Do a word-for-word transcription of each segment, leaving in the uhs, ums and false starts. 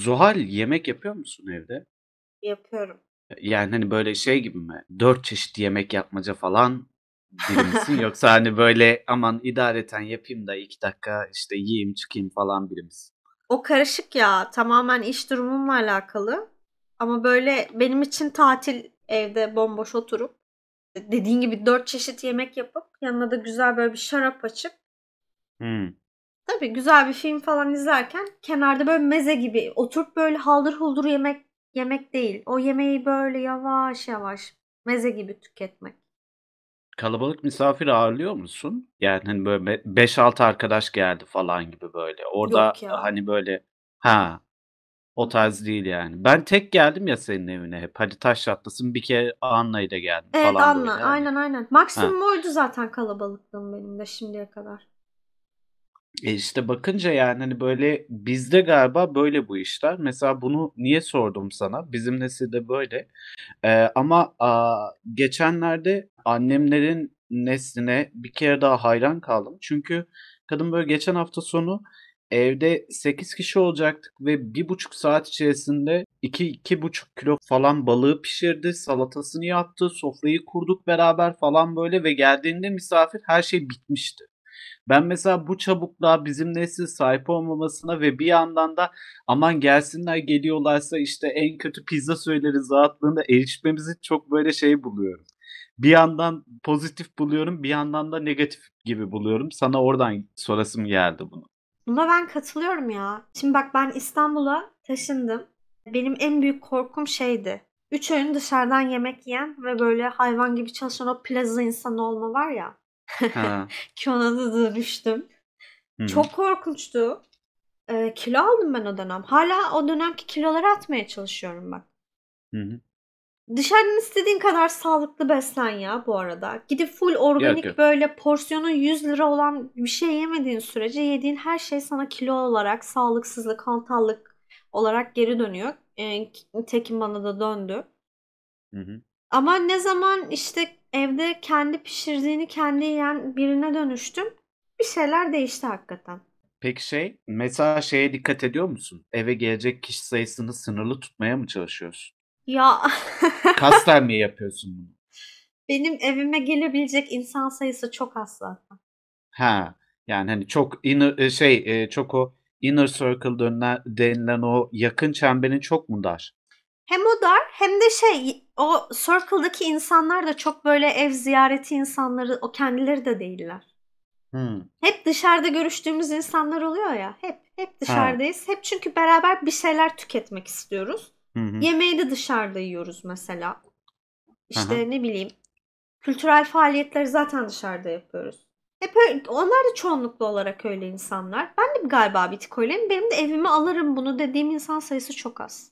Zuhal yemek yapıyor musun evde? Yapıyorum. Yani hani böyle şey gibi mi? Dört çeşit yemek yapmaca falan biri misin? Yoksa hani böyle aman idareten yapayım da iki dakika işte yiyeyim çıkayım falan biri misin? O karışık ya. Tamamen iş durumumla alakalı. Ama böyle benim için tatil evde bomboş oturup dediğin gibi dört çeşit yemek yapıp yanına da güzel böyle bir şarap açıp Hmm. tabii güzel bir film falan izlerken kenarda böyle meze gibi oturup böyle haldır huldur yemek yemek değil. O yemeği böyle yavaş yavaş meze gibi tüketmek. Kalabalık misafir ağırlıyor musun? Yani hani böyle beş altı arkadaş geldi falan gibi böyle. Orada Yok ya. hani böyle ha o tarz değil yani. Ben tek geldim ya senin evine hep. Hadi taş çatlasın bir kere Anna'yla geldim Evet falan Anla. böyle hani. Aynen aynen. Ha. Maksimum oydu zaten kalabalıklığım benim de şimdiye kadar. E işte bakınca yani hani böyle bizde galiba böyle bu işler. Mesela bunu niye sordum sana? Bizim nesilde böyle. Ee, ama aa, geçenlerde annemlerin nesline bir kere daha hayran kaldım. Çünkü kadın böyle geçen hafta sonu evde sekiz kişi olacaktık ve bir buçuk saat içerisinde iki iki buçuk kilo falan balığı pişirdi, salatasını yaptı, sofrayı kurduk beraber falan böyle ve geldiğinde misafir her şey bitmişti. Ben mesela bu çabukluğa bizim nesil sahip olmamasına ve bir yandan da aman gelsinler geliyorlarsa işte en kötü pizza söyleriz rahatlığında erişmemizi çok böyle şey buluyorum. Bir yandan pozitif buluyorum, bir yandan da negatif gibi buluyorum. Sana oradan sorasım geldi bunu. Buna ben katılıyorum ya. Şimdi bak ben İstanbul'a taşındım. Benim en büyük korkum şeydi. Üç öğün dışarıdan yemek yiyen ve böyle hayvan gibi çalışan o plaza insanı olma var ya. Ha. Ki ona da dönüştüm. Hı hı. Çok korkunçtu. Ee, kilo aldım ben o dönem. Hala o dönemki kiloları atmaya çalışıyorum bak. Hı hı. Dışarıdan istediğin kadar sağlıklı beslen ya bu arada. Gidip full Yok organik yok. böyle porsiyonu yüz lira olan bir şey yemediğin sürece yediğin her şey sana kilo olarak, sağlıksızlık, hantallık olarak geri dönüyor. Ee, Tekin bana da döndü. Hı hı. Ama ne zaman işte evde kendi pişirdiğini kendi yiyen birine dönüştüm. Bir şeyler değişti hakikaten. Peki şey, mesela şeye dikkat ediyor musun? Eve gelecek kişi sayısını sınırlı tutmaya mı çalışıyorsun? Ya Kasten mi yapıyorsun bunu? benim evime gelebilecek insan sayısı çok az zaten. Ha, yani hani çok inner e, şey e, çok o inner circle denilen, denilen o yakın çemberin çok mu dar? Hem o dar hem de şey o circle'daki insanlar da çok böyle ev ziyareti insanları o kendileri de değiller. Hmm. Hep dışarıda görüştüğümüz insanlar oluyor ya. Hep hep Ha. dışarıdayız. Hep çünkü beraber bir şeyler tüketmek istiyoruz. Hı hı. Yemeği de dışarıda yiyoruz mesela. Hı hı. İşte ne bileyim kültürel faaliyetleri zaten dışarıda yapıyoruz. Hep öyle, onlar da çoğunlukla olarak öyle insanlar. Ben de galiba bir tık öyleyim. Benim de evime alırım bunu dediğim insan sayısı çok az.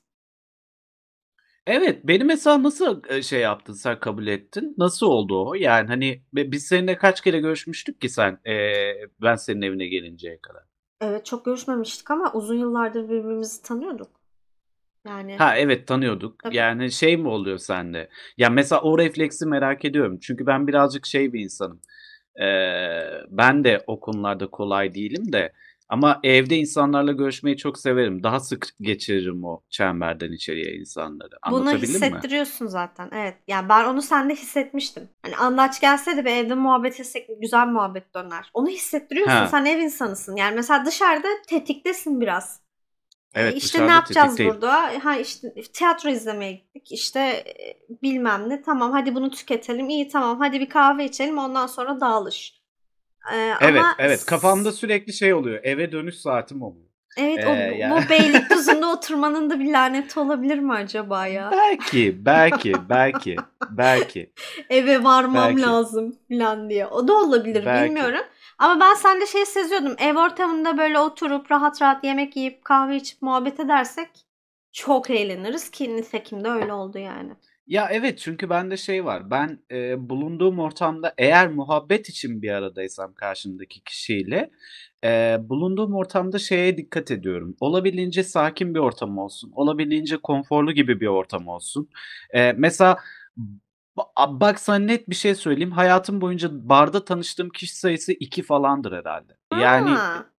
Evet, beni mesela nasıl e, şey yaptın, sen kabul ettin? Nasıl oldu o? Yani hani be- biz seninle kaç kere görüşmüştük ki sen e, ben senin evine gelinceye kadar. Evet çok görüşmemiştik ama uzun yıllardır birbirimizi tanıyorduk. Yani Ha evet tanıyorduk. tabii. Yani şey mi oluyor sende? Ya mesela o refleksi merak ediyorum. Çünkü ben birazcık şey bir insanım. Ee, ben de o konularda kolay değilim de. Ama evde insanlarla görüşmeyi çok severim. Daha sık geçiririm o çemberden içeriye insanları. Bunu Anlatabildim mi? hissettiriyorsun zaten. Evet. Yani ben onu sende hissetmiştim. Hani andaç gelse de bir evde muhabbet etsek güzel muhabbet döner. Onu hissettiriyorsun. Ha, Sen ev insanısın. Yani mesela dışarıda tetiktesin biraz. E, evet işte ne dışarıda yapacağız tetikteyim. burada? Ha işte tiyatro izlemeye gittik. İşte e, bilmem ne. Tamam hadi bunu tüketelim. İyi tamam hadi bir kahve içelim. Ondan sonra dağılış. E, Evet, ama evet. Kafamda sürekli şey oluyor. Eve dönüş saatim oluyor. Ee, evet o ya bu Beylikdüzü'nde oturmanın da bir laneti olabilir mi acaba ya? belki, belki, belki, belki, Eve varmam belki, lazım falan diye. O da olabilir belki. bilmiyorum. Ama ben sende şey seziyordum. Ev ortamında böyle oturup rahat rahat yemek yiyip kahve içip muhabbet edersek çok eğleniriz ki nitekim de öyle oldu yani. Ya evet çünkü bende şey var. Ben e, bulunduğum ortamda eğer muhabbet için bir aradaysam karşımdaki kişiyle e, bulunduğum ortamda şeye dikkat ediyorum. Olabildiğince sakin bir ortam olsun. Olabildiğince konforlu gibi bir ortam olsun. E, mesela ba- bak sana net bir şey söyleyeyim. Hayatım boyunca barda tanıştığım kişi sayısı iki falandır herhalde. Yani Ha.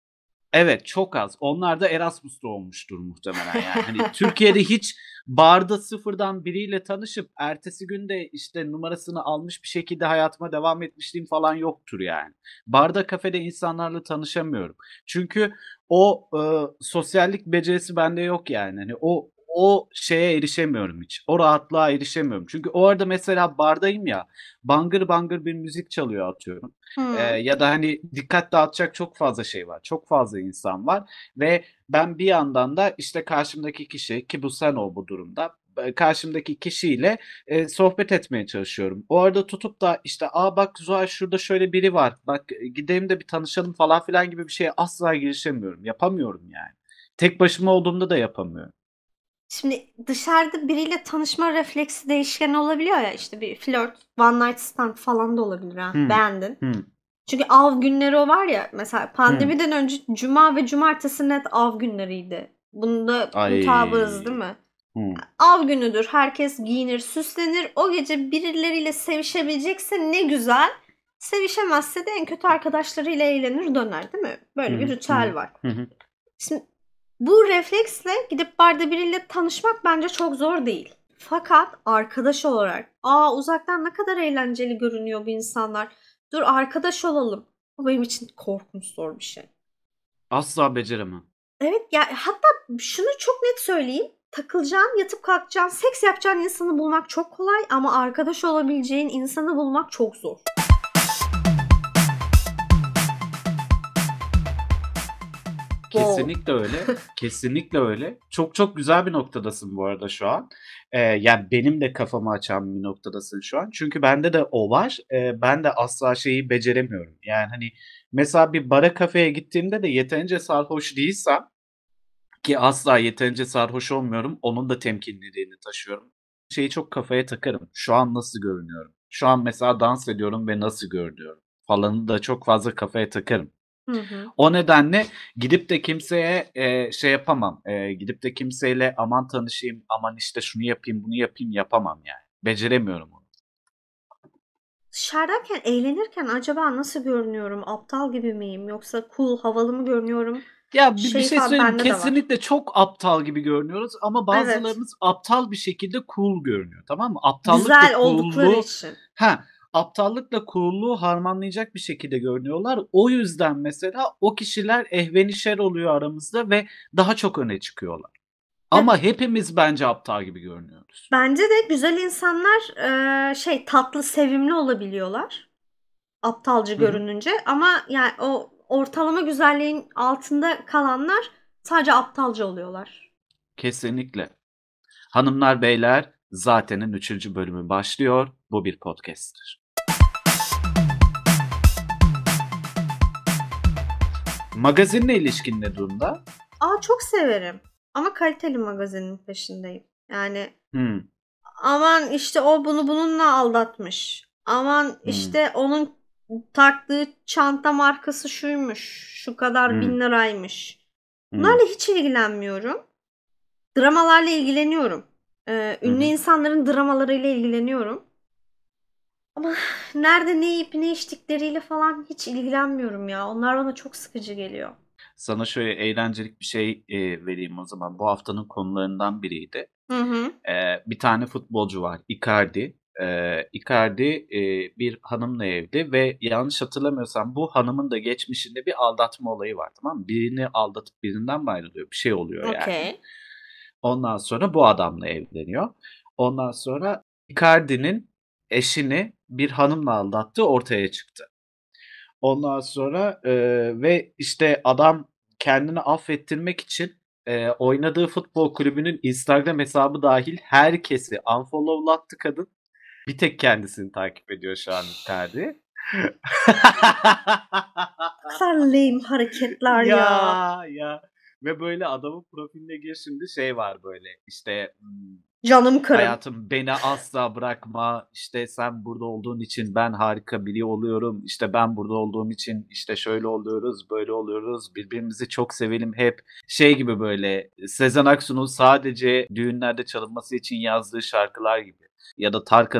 Evet, çok az. Onlar da Erasmus'ta olmuştur muhtemelen yani. Hani Türkiye'de hiç barda sıfırdan biriyle tanışıp ertesi gün de işte numarasını almış bir şekilde hayatıma devam etmişliğim falan yoktur yani. Barda, kafede insanlarla tanışamıyorum. Çünkü o, ııı, sosyallik becerisi bende yok yani. Hani o o şeye erişemiyorum hiç. O rahatlığa erişemiyorum. Çünkü o arada mesela bardayım ya, bangır bangır bir müzik çalıyor atıyorum. Eee, Hıı. ya da, hani, dikkat dağıtacak çok fazla şey var. Çok fazla insan var ve ben bir yandan da, işte, karşımdaki kişi ki bu sen ol bu durumda, eee, karşımdaki kişiyle, eee, sohbet etmeye çalışıyorum. O arada tutup da, işte, "A, bak Zuhal şurada şöyle biri var. Bak, gidelim de bir tanışalım." falan filan gibi bir şeye asla girişemiyorum. Yapamıyorum yani. Tek başıma olduğumda da yapamıyorum. Şimdi dışarıda biriyle tanışma refleksi değişken olabiliyor ya, işte, bir flört, one night stand falan da olabilir ha, Hıı. beğendin. Hı. Çünkü av günleri o var ya, mesela Hı. pandemiden önce cuma ve cumartesi net av günleriydi. Bunda mutabığız değil Ay. mi? Hı. Av günüdür, herkes giyinir, süslenir. O gece birileriyle sevişebilecekse ne güzel, sevişemezse de en kötü arkadaşlarıyla eğlenir döner, değil mi? Hı Böyle bir hı. Hı hı. ritüel var. Hı hı. Şimdi bu refleksle gidip barda biriyle tanışmak bence çok zor değil. Fakat arkadaş olarak, "A, uzaktan ne kadar eğlenceli görünüyor bu insanlar. Dur arkadaş olalım." Bu benim için korkunç zor bir şey. Asla beceremem. Evet, ya, hatta şunu çok net söyleyeyim, takılacağın, yatıp kalkacağın, seks yapacağın insanı bulmak çok kolay ama arkadaş olabileceğin insanı bulmak çok zor. Wow. Kesinlikle öyle. Kesinlikle öyle. Çok çok güzel bir noktadasın bu arada şu an. Eee, yani benim de kafamı açan bir noktadasın şu an. Çünkü bende de o var. Eee, ben de asla şeyi beceremiyorum. Yani, hani, mesela bir bara, kafeye gittiğimde de yeterince sarhoş değilsem ki asla yeterince sarhoş olmuyorum, onun da temkinliliğini taşıyorum. Şeyi çok kafaya takarım. Şu an nasıl görünüyorum? Şu an mesela dans ediyorum ve nasıl görünüyorum falanı da çok fazla kafaya takarım. Hı hı. O nedenle gidip de kimseye, eee, şey yapamam, eee, gidip de kimseyle aman tanışayım, aman işte şunu yapayım, bunu yapayım yapamam yani. Beceremiyorum onu. Dışarıdayken, eğlenirken acaba nasıl görünüyorum? Aptal gibi miyim yoksa cool, havalı mı görünüyorum? Ya, bir bir Şeyi şey falan söyleyeyim mi? bende de var. Kesinlikle çok aptal gibi görünüyoruz ama Evet. bazılarımız aptal bir şekilde cool görünüyor, tamam mı? Aptallıkla Güzel oldukları cool'luğu için. Ha, aptallıkla cool'luğu harmanlayacak bir şekilde görünüyorlar. O yüzden mesela o kişiler ehvenişer oluyor aramızda ve daha çok öne çıkıyorlar. Ya, Ama hepimiz bence aptal gibi görünüyoruz. bence de güzel insanlar, eee, şey, tatlı, sevimli olabiliyorlar aptalca Hı hı. görününce ama yani o ortalama güzelliğin altında kalanlar sadece aptalca oluyorlar. Kesinlikle. Hanımlar, beyler, Zaten'in üçüncü bölümü başlıyor. Bu bir podcast'tir. Magazinle ilişkin ne durumda? A, çok severim ama kaliteli magazinin peşindeyim. Yani Hımm. aman, işte, o bunu bununla aldatmış. Aman, Hımm. işte, onun taktığı çanta markası şuymuş, şu kadar Hımm. bin liraymış. Hımm. Bunlarla hiç ilgilenmiyorum. Dramalarla ilgileniyorum. Eee, Hı ünlü hı. insanların dramalarıyla ilgileniyorum. Ama nerede ne yiyip ne içtikleriyle falan hiç ilgilenmiyorum ya. Onlar bana çok sıkıcı geliyor. Sana şöyle eğlencelik bir şey, eee, vereyim o zaman. Bu haftanın konularından biriydi. Hı hı. Eee, bir tane futbolcu var, Icardi. Eee, Icardi, eee, bir hanımla evli ve yanlış hatırlamıyorsam bu hanımın da geçmişinde bir aldatma olayı var, tamam mı? Birini aldatıp birinden mi ayrılıyor? Bir şey oluyor yani. Okay. Ondan sonra bu adamla evleniyor. Ondan sonra Icardi'nin eşini bir hanımla aldattığı ortaya çıktı. Ondan sonra, eee, ve, işte, adam kendini affettirmek için, eee, oynadığı futbol kulübünün Instagram hesabı dâhil herkesi unfollow'lattı kadın. Bir tek kendisini takip ediyor şu an Icardi. Ne kadar lame hareketler ya. Ya, ya ve böyle adamın profiline gir şimdi şey var böyle, işte, ımm Canım karım. hayatım beni asla bırakma, işte, sen burada olduğun için ben harika biri oluyorum, işte, ben burada olduğum için, işte, şöyle oluyoruz, böyle oluyoruz, birbirimizi çok sevelim hep. Şey gibi böyle, Sezen Aksu'nun sadece düğünlerde çalınması için yazdığı şarkılar gibi ya da Tarkan'ın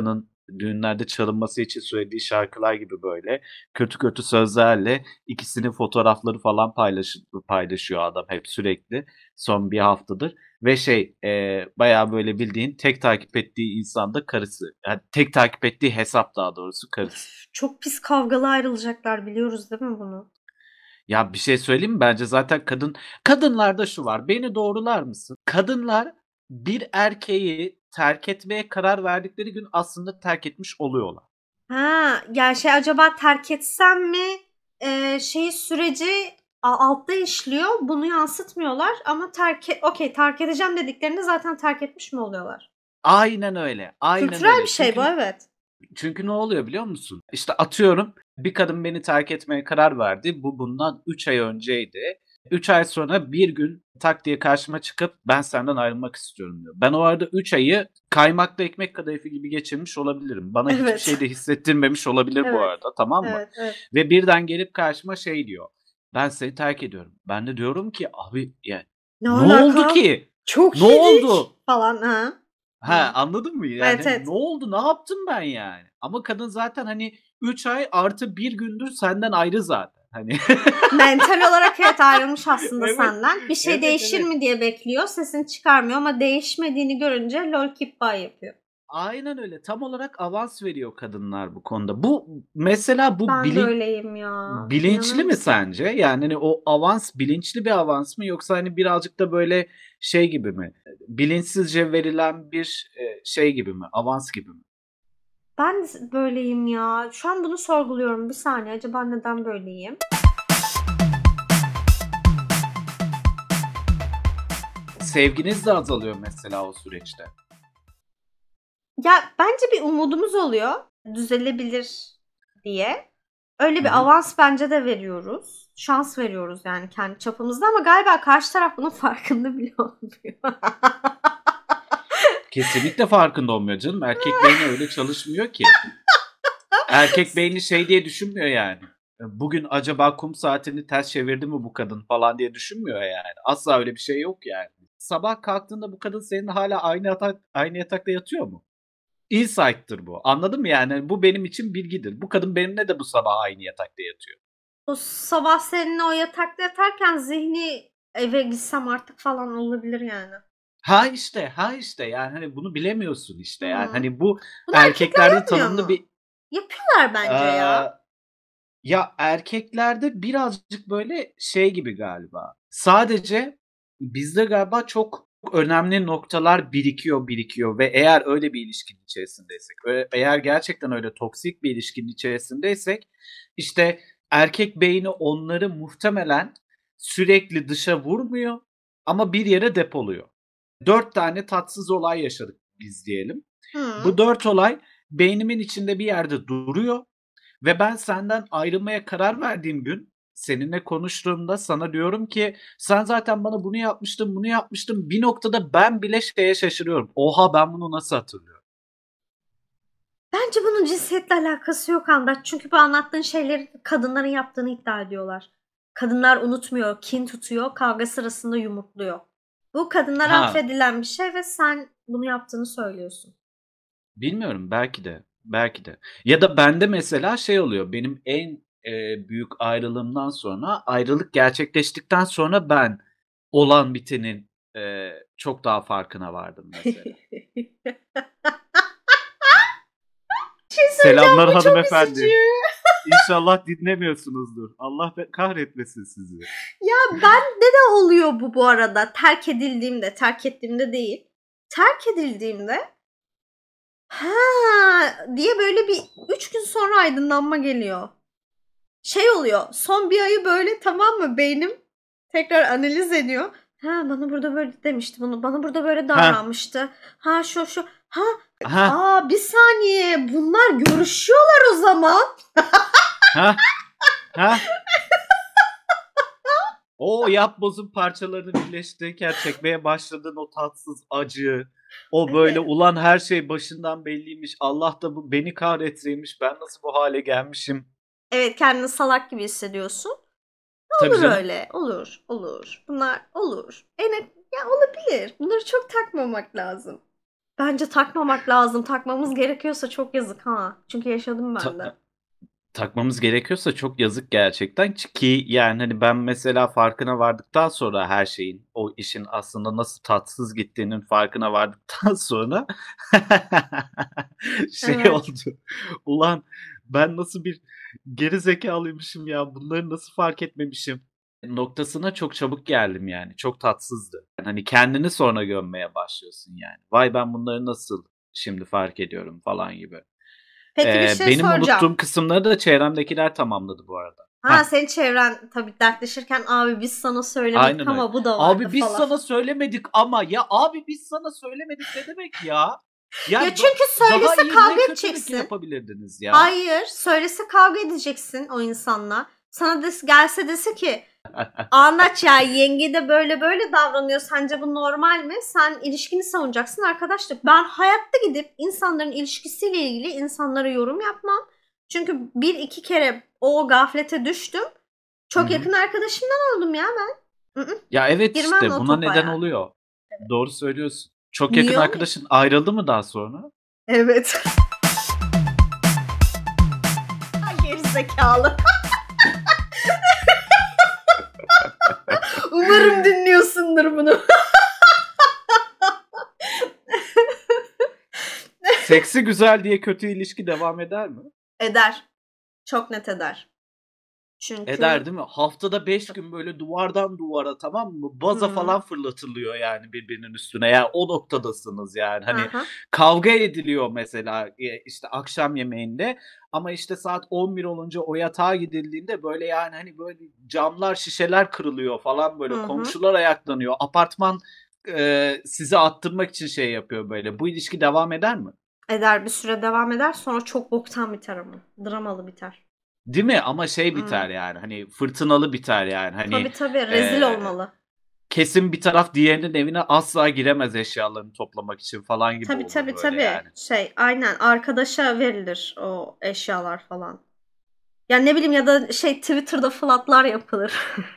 düğünlerde çalınması için söylediği şarkılar gibi böyle kötü kötü sözlerle ikisinin fotoğrafları falan paylaş paylaşıyor adam hep sürekli son bir haftadır ve şey, eee, bayağı böyle bildiğin tek takip ettiği insan da karısı. Yani tek takip ettiği hesap daha doğrusu karısı. Of, çok pis kavgalı ayrılacaklar, biliyoruz değil mi bunu? Ya bir şey söyleyeyim mi? Bence zaten kadın kadınlarda şu var. Beni doğrular mısın? Kadınlar bir erkeği terk etmeye karar verdikleri gün aslında terk etmiş oluyorlar. Ha, yani şey, acaba terk etsem mi? Ee, şey süreci a- altta işliyor. Bunu yansıtmıyorlar ama terk e- okey terk edeceğim dediklerinde zaten terk etmiş mi oluyorlar? Aynen öyle. Aynen Kültürel bir öyle. şey bu, Çünkü evet. çünkü ne oluyor biliyor musun? İşte atıyorum bir kadın beni terk etmeye karar verdi. Bu bundan üç ay önceydi. üç ay sonra bir gün tak diye karşıma çıkıp ben senden ayrılmak istiyorum diyor. Ben o arada üç ayı kaymakla ekmek kadayıfı gibi geçirmiş olabilirim. Bana hiçbir Evet. şey de hissettirmemiş olabilir bu Evet. arada, tamam mı? Evet, evet. Ve birden gelip karşıma şey diyor. Ben seni terk ediyorum. Ben de diyorum ki abi yani Ne ne oldu alaka? ki? Çok Ne yedik oldu? falan, ha. Ha, Hı. anladın mı? Yani, Evet, hani, evet. ne oldu, ne yaptım ben yani? Ama kadın zaten, hani, üç ay artı bir gündür senden ayrı zaten. Hani Mental olarak evet ayrılmış aslında Evet, senden. Bir şey evet, değişir evet. mi diye bekliyor. Sesini çıkarmıyor ama değişmediğini görünce lol keep by yapıyor. Aynen öyle. Tam olarak avans veriyor kadınlar bu konuda. Bu mesela bu Ben de bilin öyleyim ya. İnanır bilinçli mi mısın? sence? Yani, hani, o avans bilinçli bir avans mı yoksa, hani, birazcık da böyle şey gibi mi? Bilinçsizce verilen bir, eee, şey gibi mi? Avans gibi mi? Ben de böyleyim ya. Şu an bunu sorguluyorum. Bir saniye. Acaba neden böyleyim? Sevginiz de azalıyor mesela o süreçte. Ya bence bir umudumuz oluyor. Düzelebilir diye. Öyle Hı bir hı. avans bence de veriyoruz. Şans veriyoruz yani kendi çapımızda ama galiba karşı taraf bunun farkında bile olmuyor. Kesinlikle farkında olmuyor canım. Erkek beyni öyle çalışmıyor ki. Erkek beyni şey diye düşünmüyor yani. Bugün acaba kum saatini ters çevirdi mi bu kadın falan diye düşünmüyor yani. Asla öyle bir şey yok yani. Sabah kalktığında bu kadın senin hala aynı yatak aynı yatakta yatıyor mu? Insight'tır bu. Anladın mı yani? Bu benim için bilgidir. Bu kadın benimle de bu sabah aynı yatakta yatıyor. O sabah seninle o yatakta yatarken zihni eve gitsem artık falan olabilir yani. Ha işte, ha işte yani hani bunu bilemiyorsun işte yani. Hı. Hani bu Bunu erkekler erkeklerde yapmıyor tanımlı mu? bir Yapıyorlar bence eee ya. Ya, erkeklerde birazcık, böyle, şey gibi galiba, sadece bizde galiba çok önemli noktalar birikiyor, birikiyor ve eğer öyle bir ilişkinin içerisindeysek ve eğer gerçekten öyle toksik bir ilişkinin içerisindeysek, işte, erkek beyni onları muhtemelen sürekli dışa vurmuyor ama bir yere depoluyor. dört tane tatsız olay yaşadık biz diyelim. Hı. Bu dört olay beynimin içinde bir yerde duruyor ve ben senden ayrılmaya karar verdiğim gün seninle konuştuğumda sana diyorum ki sen zaten bana bunu yapmıştın, bunu yapmıştın. Bir noktada ben bile şeye şaşırıyorum. Oha ben bunu nasıl hatırlıyorum? Bence bunun cinsiyetle alakası yok Andaç. Çünkü bu anlattığın şeyleri kadınların yaptığını iddia ediyorlar. Kadınlar unutmuyor, kin tutuyor, kavga sırasında yumurtluyor. Bu kadınlara Ha, atfedilen bir şey ve sen bunu yaptığını söylüyorsun. bilmiyorum belki de. Belki de. Ya da bende mesela şey oluyor. Benim en eee, büyük ayrılığımdan sonra ayrılık gerçekleştikten sonra ben olan bitenin eee, çok daha farkına vardım mesela. Bir şey söyleyeceğim, Selamlar bu çok hanımefendi. üzücü. İnşallah dinlemiyorsunuzdur. Allah be kahretmesin sizi. Ya bende de oluyor bu bu arada. Terk edildiğimde, terk ettiğimde değil. Terk edildiğimde ha diye böyle bir üç gün sonra aydınlanma geliyor. Şey oluyor, son bir ayı böyle, tamam mı, beynim tekrar analiz ediyor. Ha, bana burada böyle demişti, bunu bana burada böyle Ha, davranmıştı. Ha şu şu. Ha, ha, aa bir saniye, bunlar görüşüyorlar o zaman. ha, ha. O yapbozun parçalarını birleştirirken çekmeye başladığın o tatsız acı, o böyle Evet. ulan her şey başından belliymiş, Allah da bu beni kahrettirmiş, ben nasıl bu hale gelmişim. Evet, kendini salak gibi hissediyorsun. Tabii Olur canım. öyle. Olur, olur. Bunlar olur. En ya olabilir. Bunları çok takmamak lazım. Bence takmamak lazım. Takmamız gerekiyorsa çok yazık ha. Çünkü yaşadım ben Ta- de. takmamız gerekiyorsa çok yazık gerçekten ki yani hani ben mesela farkına vardıktan sonra her şeyin o işin aslında nasıl tatsız gittiğinin farkına vardıktan sonra şey Evet. oldu. Ulan ben nasıl bir geri zekalıymışım ya bunları nasıl fark etmemişim noktasına çok çabuk geldim yani. Çok tatsızdı. Yani hani kendini sonra gömmeye başlıyorsun yani. Vay ben bunları nasıl şimdi fark ediyorum falan gibi. Peki bir Ee, şey benim soracağım. unuttuğum kısımları da çevremdekiler tamamladı bu arada. Ha, Heh, senin çevren tabii dertleşirken abi biz sana söylemedik aynen öyle. ama bu da vardı Abi biz falan. sana söylemedik ama ya abi biz sana söylemedik ne demek ya? Ya Yani çünkü do- daha söylese iyi kavga ne kötülük edeceksin. yapabilirdiniz ya? Hayır, söylese kavga edeceksin o insanla. Sana des gelse dese ki anlat ya yenge de böyle böyle davranıyor. Sence bu normal mi? Sen ilişkini savunacaksın arkadaşlar. Ben hayatta gidip insanların ilişkisiyle ilgili insanlara yorum yapmam. Çünkü bir iki kere o gaflete düştüm. Çok Hı hı. yakın arkadaşımdan oldum ya ben. Hı hı. Ya evet Girmem işte o buna topa neden yani. oluyor. Doğru söylüyorsun. Çok yakın Niye olmuyor? arkadaşın ayrıldı mı daha sonra? Evet. Gerizekalı. Umarım dinliyorsundur bunu. Seksi güzel diye kötü ilişki devam eder mi? Eder. Çok net eder. Çünkü Eder değil mi? Haftada beş gün böyle duvardan duvara tamam mı? Baza Hı. falan fırlatılıyor yani birbirinin üstüne. Yani o noktadasınız yani. Hı Hani hı. kavga ediliyor mesela e, işte akşam yemeğinde ama işte saat on bir olunca o yatağa gidildiğinde böyle yani hani böyle camlar şişeler kırılıyor falan böyle Hı hı. komşular ayaklanıyor. Apartman e, sizi attırmak için şey yapıyor böyle. Bu ilişki devam eder mi? Eder, bir süre devam eder, sonra çok boktan biter ama. Dramalı biter. Değil mi? Ama şey Hımm. biter yani hani fırtınalı biter yani hani Tabii, tabii, rezil e, olmalı. kesin bir taraf diğerinin evine asla giremez eşyalarını toplamak için falan gibi Tabii, olur tabii, böyle tabii. yani. Şey, aynen arkadaşa verilir o eşyalar falan. Ya, ne bileyim ya da şey Twitter'da flatlar yapılır.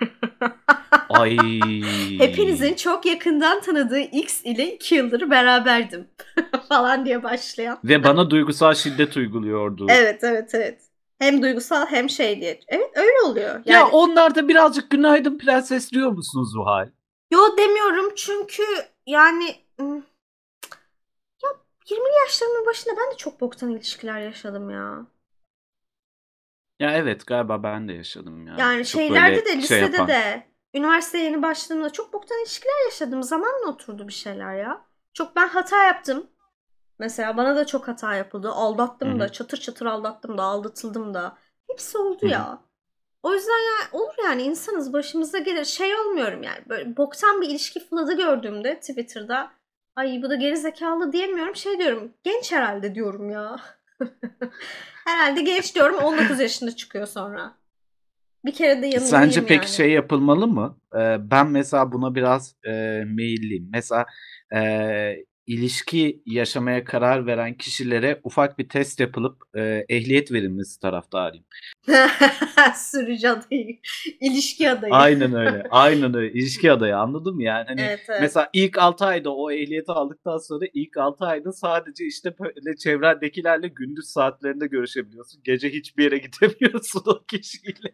Hepinizin Ay. çok yakından tanıdığı X ile iki yıldır beraberdim falan diye başlayan. Ve bana duygusal şiddet uyguluyordu. Evet, evet, evet. Hem duygusal hem şey diye. Evet, öyle oluyor. Ya Yani onlar da birazcık günaydın prenses diyor musunuz Zuhal? yo demiyorum çünkü yani ımm, ya yirmili yaşlarımın başında ben de çok boktan ilişkiler yaşadım ya. Ya evet galiba ben de yaşadım ya. Yani Çok şeylerde böyle de şey lisede yapan. de üniversiteye yeni başladığımda çok boktan ilişkiler yaşadım. Zamanla oturdu bir şeyler ya. Çok ben hata yaptım. Mesela bana da çok hata yapıldı. Hı Aldattım hı. da, çatır çatır aldattım da, aldatıldım da. Hepsi oldu Hı hı. ya. O yüzden yani olur yani insanız başımıza gelir. Şey olmuyorum yani böyle boktan bir ilişki fladı gördüğümde Twitter'da ay bu da geri zekalı diyemiyorum. Şey diyorum genç herhalde diyorum ya. Herhalde genç diyorum on dokuz yaşında çıkıyor sonra. Bir kere de Sence yanılayım peki yani. şey yapılmalı mı? Ee, ben mesela buna biraz e, meyilliyim. Mesela e, ilişki yaşamaya karar veren kişilere ufak bir test yapılıp e, ehliyet verilmesi taraftarıyım. Sürücü adayı, ilişki adayı. Aynen öyle. Aynen öyle. İlişki adayı anladın mı yani? Hani Evet, evet. mesela ilk altı ayda o ehliyeti aldıktan sonra ilk altı ayda sadece işte böyle çevrendekilerle gündüz saatlerinde görüşebiliyorsun. Gece hiçbir yere gidemiyorsun o kişiyle.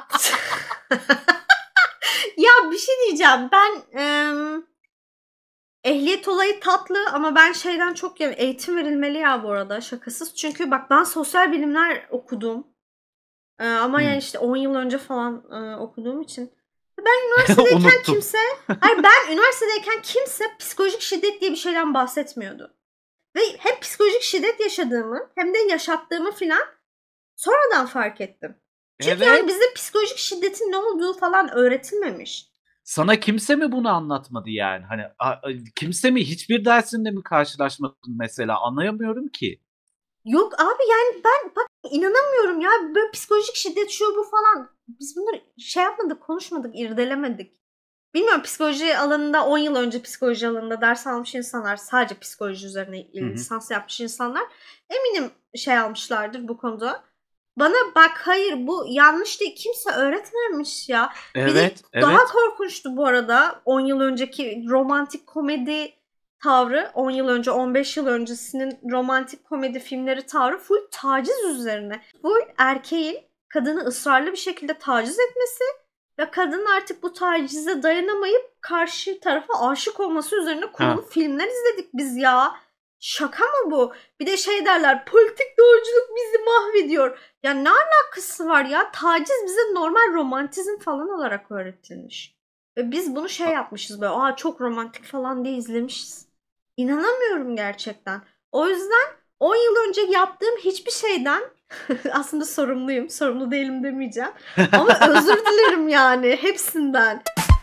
Ya bir şey diyeceğim. Ben em, ehliyet olayı tatlı ama ben şeyden çok yani eğitim verilmeli ya bu arada şakasız. Çünkü bak ben sosyal bilimler okudum. Ee, ama yani Hmm. işte on yıl önce falan e, okuduğum için. Ben üniversitedeyken Unuttum. kimse, hayır ben üniversitedeyken kimse psikolojik şiddet diye bir şeyden bahsetmiyordu. Ve hem psikolojik şiddet yaşadığımı hem de yaşattığımı filan sonradan fark ettim. Çünkü yani Evet. bizde psikolojik şiddetin ne olduğu falan öğretilmemiş. Sana kimse mi bunu anlatmadı yani? Hani a- a- kimse mi hiçbir dersinde mi karşılaşmadın mesela? Anlayamıyorum ki. Yok abi yani ben bak inanamıyorum ya böyle psikolojik şiddet şu bu falan. Biz bunları şey yapmadık, konuşmadık, irdelemedik. Bilmiyorum psikoloji alanında on yıl önce psikoloji alanında ders almış insanlar, sadece psikoloji üzerine Hı hı. lisans yapmış insanlar eminim şey almışlardır bu konuda. Bana bak hayır bu yanlış değil kimse öğretmemiş ya. Bir de Evet, daha evet. korkunçtu bu arada on yıl önceki romantik komedi tavrı on yıl önce, on beş yıl öncesinin romantik komedi filmleri tavrı full taciz üzerine. Full erkeğin kadını ısrarlı bir şekilde taciz etmesi ve kadın artık bu tacize dayanamayıp karşı tarafa aşık olması üzerine kurulu ha. filmler izledik biz ya. Şaka mı bu? Bir de şey derler, politik doğruculuk bizi mahvediyor. Ya ne alakası var ya? Taciz bize normal romantizm falan olarak öğretilmiş. Ve biz bunu şey yapmışız böyle, aa çok romantik falan diye izlemişiz. İnanamıyorum gerçekten. O yüzden on yıl önce yaptığım hiçbir şeyden aslında sorumluyum. Sorumlu değilim demeyeceğim. Ama özür dilerim yani hepsinden.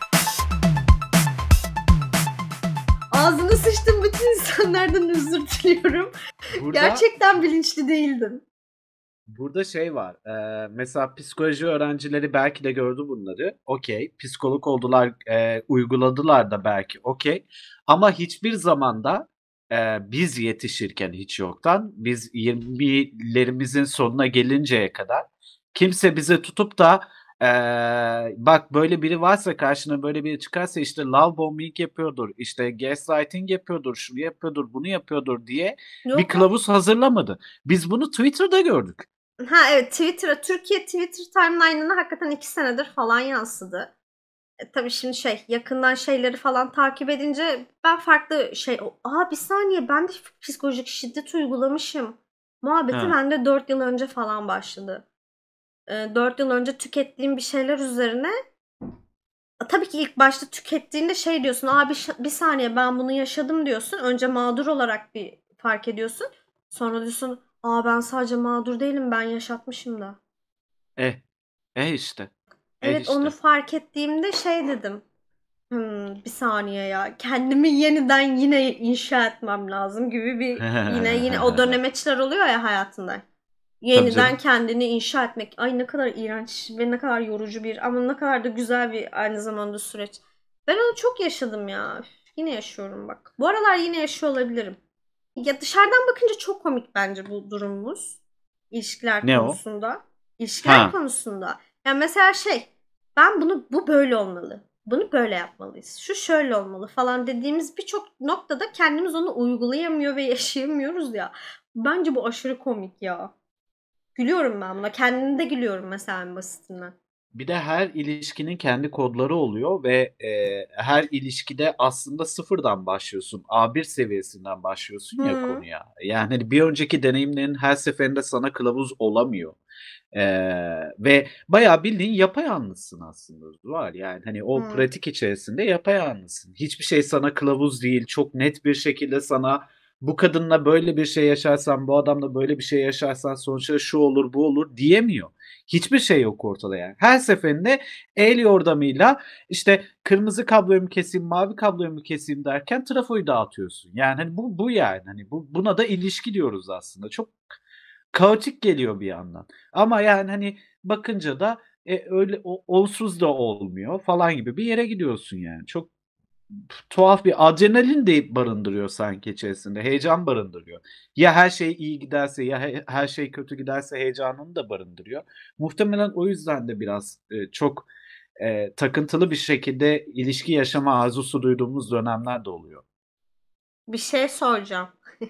Ağzına sıçtım bütün insanlardan özür diliyorum. Burada, gerçekten bilinçli değildim. Burada şey var. E, mesela psikoloji öğrencileri belki de gördü bunları. Okey. Psikolog oldular, e, uyguladılar da belki. Okey. Ama hiçbir zamanda e, biz yetişirken hiç yoktan, biz yirmilerimizin sonuna gelinceye kadar kimse bize tutup da Ee, bak böyle biri varsa, karşına böyle biri çıkarsa işte love bombing yapıyordur, işte gaslighting yapıyordur, şunu yapıyordur, bunu yapıyordur diye Yok. bir kılavuz hazırlamadı. Biz bunu Twitter'da gördük. Ha evet, Twitter'a, Türkiye Twitter timeline'ına hakikaten iki senedir falan yansıdı. E, tabii şimdi şey, yakından şeyleri falan takip edince ben farklı şey, aa bir saniye ben de psikolojik şiddet uygulamışım muhabbeti ha. bende dört yıl önce falan başladı. dört yıl önce tükettiğim bir şeyler üzerine, tabii ki ilk başta tükettiğinde şey diyorsun, abi bir saniye ben bunu yaşadım diyorsun. Önce mağdur olarak bir fark ediyorsun. Sonra diyorsun, aa ben sadece mağdur değilim, ben yaşatmışım da. Eh, eh işte. Eh evet işte. Onu fark ettiğimde şey dedim. Hmm, bir saniye ya, kendimi yeniden yine inşa etmem lazım gibi bir yine yine o dönemeçler oluyor ya hayatında. Yeniden kendini inşa etmek. Ay ne kadar iğrenç ve ne kadar yorucu bir, ama ne kadar da güzel bir aynı zamanda süreç. Ben onu çok yaşadım ya. Yine yaşıyorum bak. Bu aralar yine yaşıyor olabilirim. Ya dışarıdan bakınca çok komik bence bu durumumuz. İlişkiler ne konusunda. O? İlişkiler ha. konusunda. Yani mesela şey, ben bunu, bu böyle olmalı. Bunu böyle yapmalıyız. Şu şöyle olmalı falan dediğimiz birçok noktada kendimiz onu uygulayamıyor ve yaşayamıyoruz ya. Bence bu aşırı komik ya. Gülüyorum ben buna. Kendimde gülüyorum mesela en basitinden. Bir de her ilişkinin kendi kodları oluyor ve e, her ilişkide aslında sıfırdan başlıyorsun. A bir seviyesinden başlıyorsun ya hmm. konuya. Yani hani bir önceki deneyimlerin her seferinde sana kılavuz olamıyor. Ee, ve bayağı bildiğin yapayalnızsın aslında var. Yani hani o hmm. pratik içerisinde yapayalnızsın. Hiçbir şey sana kılavuz değil. Çok net bir şekilde sana, bu kadınla böyle bir şey yaşarsan, bu adamla böyle bir şey yaşarsan sonuçta şu olur, bu olur diyemiyor. Hiçbir şey yok ortada yani. Her seferinde el yordamıyla işte kırmızı kabloyu mu keseyim, mavi kabloyu mu keseyim derken trafoyu dağıtıyorsun. Yani hani bu bu yani hani bu, buna da ilişki diyoruz aslında. Çok kaotik geliyor bir yandan. Ama yani hani bakınca da e, öyle o, onsuz da olmuyor falan gibi bir yere gidiyorsun yani. Çok tuhaf bir adrenalin de barındırıyor sanki içerisinde. Heyecan barındırıyor. Ya her şey iyi giderse ya he, her şey kötü giderse heyecanını da barındırıyor. Muhtemelen o yüzden de biraz e, çok e, takıntılı bir şekilde ilişki yaşama arzusu duyduğumuz dönemler de oluyor. Bir şey soracağım.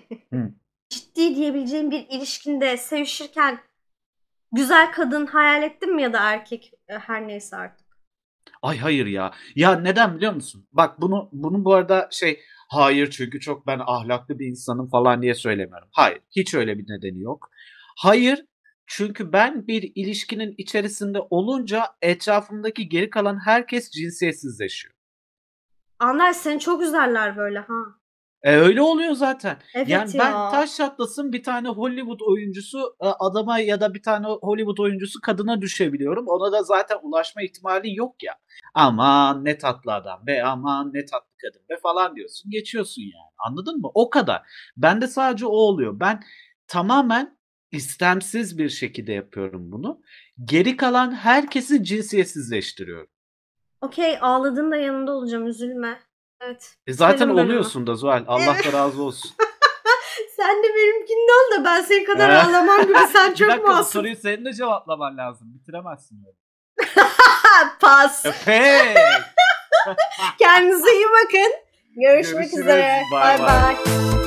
Ciddi diyebileceğim bir ilişkinde sevişirken güzel kadın hayal ettin mi, ya da erkek, her neyse artık? Ay hayır ya. Ya neden biliyor musun? Bak bunu bunu bu arada şey, hayır çünkü çok ben ahlaklı bir insanım falan diye söylemiyorum. Hayır. Hiç öyle bir nedeni yok. Hayır çünkü ben bir ilişkinin içerisinde olunca etrafımdaki geri kalan herkes cinsiyetsizleşiyor. Anlar seni çok üzerler böyle ha. E öyle oluyor zaten. Evet yani ya. Ben taş çatlasın bir tane Hollywood oyuncusu adama ya da bir tane Hollywood oyuncusu kadına düşebiliyorum. Ona da zaten ulaşma ihtimalin yok ya. Aman ne tatlı adam be, aman ne tatlı kadın be falan diyorsun. Geçiyorsun yani. Anladın mı? O kadar. Bende sadece o oluyor. Ben tamamen istemsiz bir şekilde yapıyorum bunu. Geri kalan herkesi cinsiyetsizleştiriyorum. Okey, ağladığında yanında olacağım, üzülme. Evet. E zaten oluyorsun da Zuhal. Allah da razı olsun. Sen de benimkinde ol da ben senin kadar ağlamam gibi. Sen çok masum. Bir dakika, bu soruyu senin de cevaplaman lazım. Bitiremezsin böyle. Pas. Peki. Kendinize iyi bakın. Görüşmek Görüşürüz. üzere. Bay Bay bay. bay.